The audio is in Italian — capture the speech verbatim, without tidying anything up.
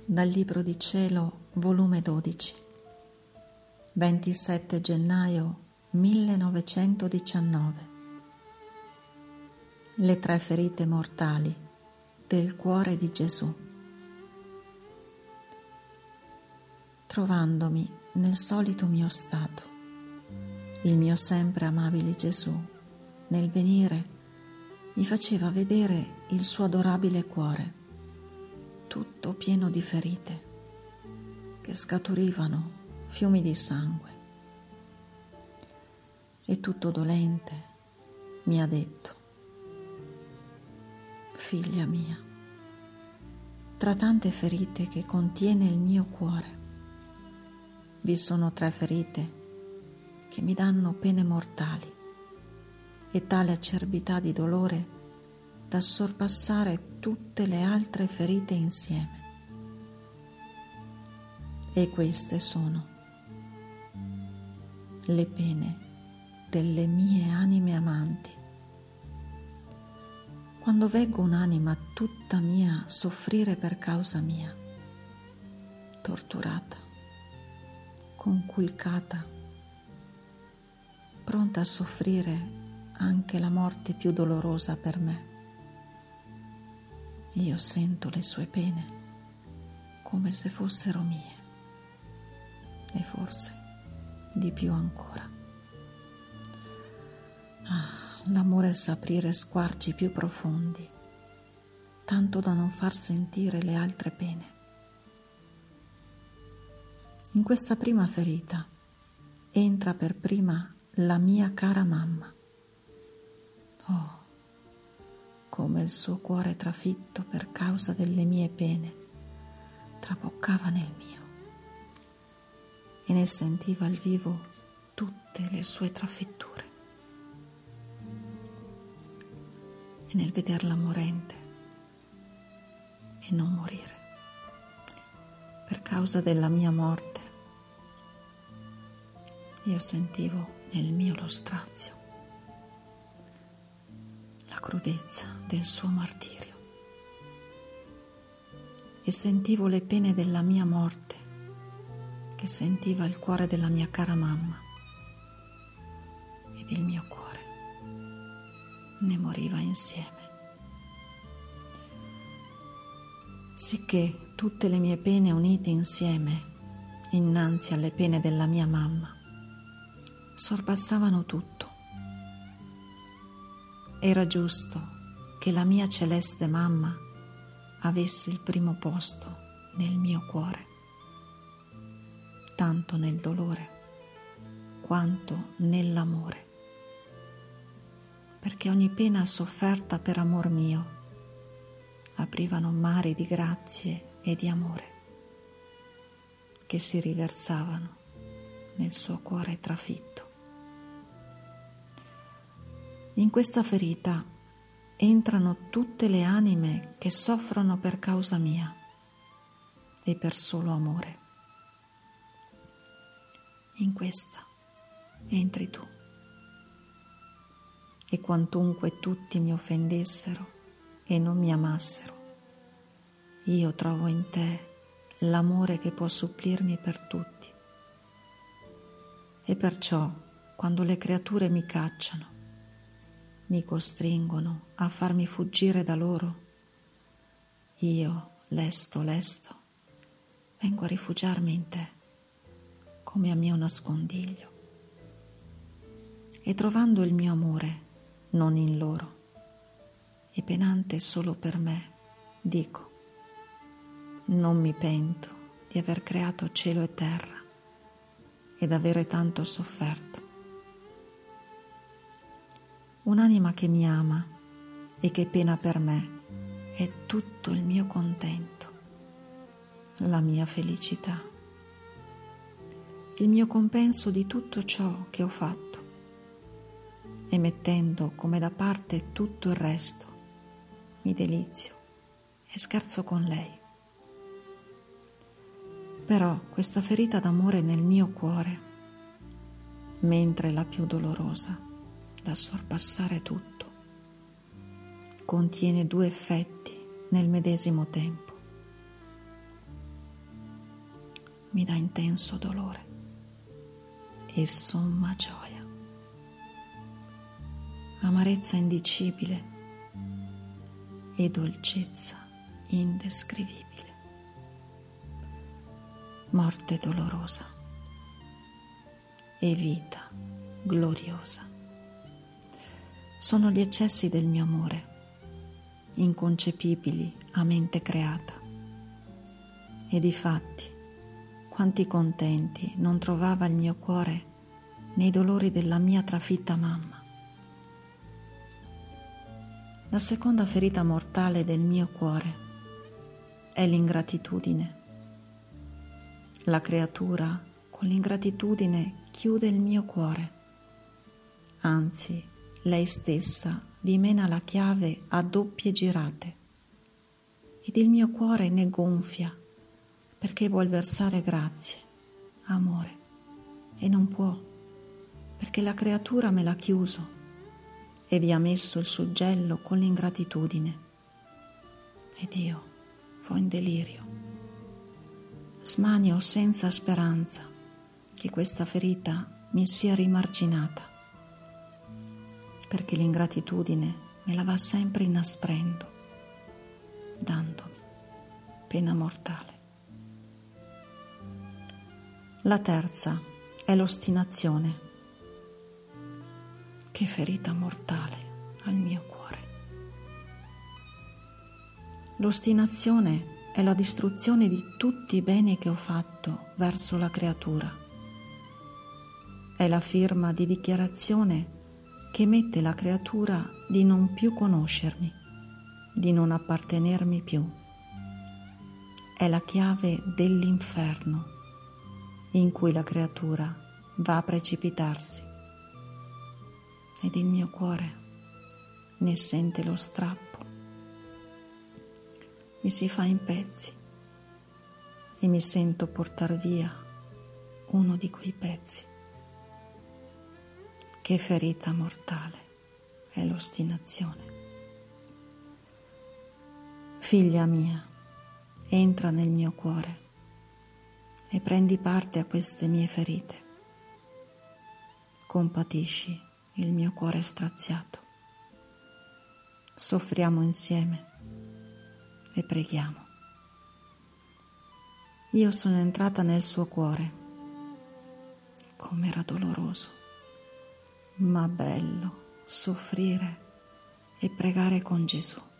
Dal Libro di Cielo, volume dodici, ventisette gennaio millenovecentodiciannove. Le tre ferite mortali del cuore di Gesù. Trovandomi nel solito mio stato, il mio sempre amabile Gesù, nel venire, mi faceva vedere il suo adorabile cuore, tutto pieno di ferite, che scaturivano fiumi di sangue. E tutto dolente mi ha detto: figlia mia, tra tante ferite che contiene il mio cuore, vi sono tre ferite che mi danno pene mortali e tale acerbità di dolore da sorpassare tutte le altre ferite insieme. E queste sono le pene delle mie anime amanti. Quando veggo un'anima tutta mia soffrire per causa mia, torturata, conculcata, pronta a soffrire anche la morte più dolorosa per me, io sento le sue pene come se fossero mie, e forse di più ancora. Ah, l'amore sa aprire squarci più profondi, tanto da non far sentire le altre pene. In questa prima ferita entra per prima la mia cara mamma. Oh, come il suo cuore trafitto per causa delle mie pene traboccava nel mio e ne sentiva al vivo tutte le sue trafitture. E nel vederla morente e non morire per causa della mia morte, io sentivo nel mio lo strazio, la crudezza del suo martirio, e sentivo le pene della mia morte che sentiva il cuore della mia cara mamma, ed il mio cuore ne moriva insieme. Sicché tutte le mie pene unite insieme innanzi alle pene della mia mamma sorpassavano tutto. Era giusto che la mia celeste mamma avesse il primo posto nel mio cuore, tanto nel dolore quanto nell'amore, perché ogni pena sofferta per amor mio aprivano mari di grazie e di amore che si riversavano nel suo cuore trafitto. In questa ferita entrano tutte le anime che soffrono per causa mia e per solo amore. In questa entri tu, e quantunque tutti mi offendessero e non mi amassero, io trovo in te l'amore che può supplirmi per tutti. E perciò, quando le creature mi cacciano, mi costringono a farmi fuggire da loro, io, lesto, lesto, vengo a rifugiarmi in te, come a mio nascondiglio. E trovando il mio amore non in loro, e penante solo per me, dico: non mi pento di aver creato cielo e terra ed avere tanto sofferto. Un'anima che mi ama e che pena per me è tutto il mio contento, la mia felicità, il mio compenso di tutto ciò che ho fatto, e mettendo come da parte tutto il resto, mi delizio e scherzo con lei. Però questa ferita d'amore nel mio cuore, mentre la più dolorosa da sorpassare tutto, contiene due effetti nel medesimo tempo. mi dà intenso dolore e somma gioia, amarezza indicibile e dolcezza indescrivibile, morte dolorosa e vita gloriosa. Sono gli eccessi del mio amore, inconcepibili a mente creata. E difatti, quanti contenti non trovava il mio cuore nei dolori della mia trafitta mamma. La seconda ferita mortale del mio cuore è l'ingratitudine. La creatura con l'ingratitudine chiude il mio cuore, anzi, lei stessa vi mena la chiave a doppie girate ed il mio cuore ne gonfia perché vuol versare grazie, amore, e non può perché la creatura me l'ha chiuso e vi ha messo il suggello con l'ingratitudine. Ed io fo in delirio. Smanio senza speranza che questa ferita mi sia rimarginata, perché l'ingratitudine me la va sempre inasprendo, dandomi pena mortale. La terza è l'ostinazione. Che ferita mortale al mio cuore. L'ostinazione è la distruzione di tutti i beni che ho fatto verso la creatura. È la firma di dichiarazione che mette la creatura di non più conoscermi, di non appartenermi più. È la chiave dell'inferno in cui la creatura va a precipitarsi ed il mio cuore ne sente lo strappo. Mi si fa in pezzi e mi sento portar via uno di quei pezzi. Che ferita mortale è l'ostinazione. Figlia mia, entra nel mio cuore e prendi parte a queste mie ferite. Compatisci il mio cuore straziato. Soffriamo insieme e preghiamo. Io sono entrata nel suo cuore. Com'era doloroso, ma bello soffrire e pregare con Gesù.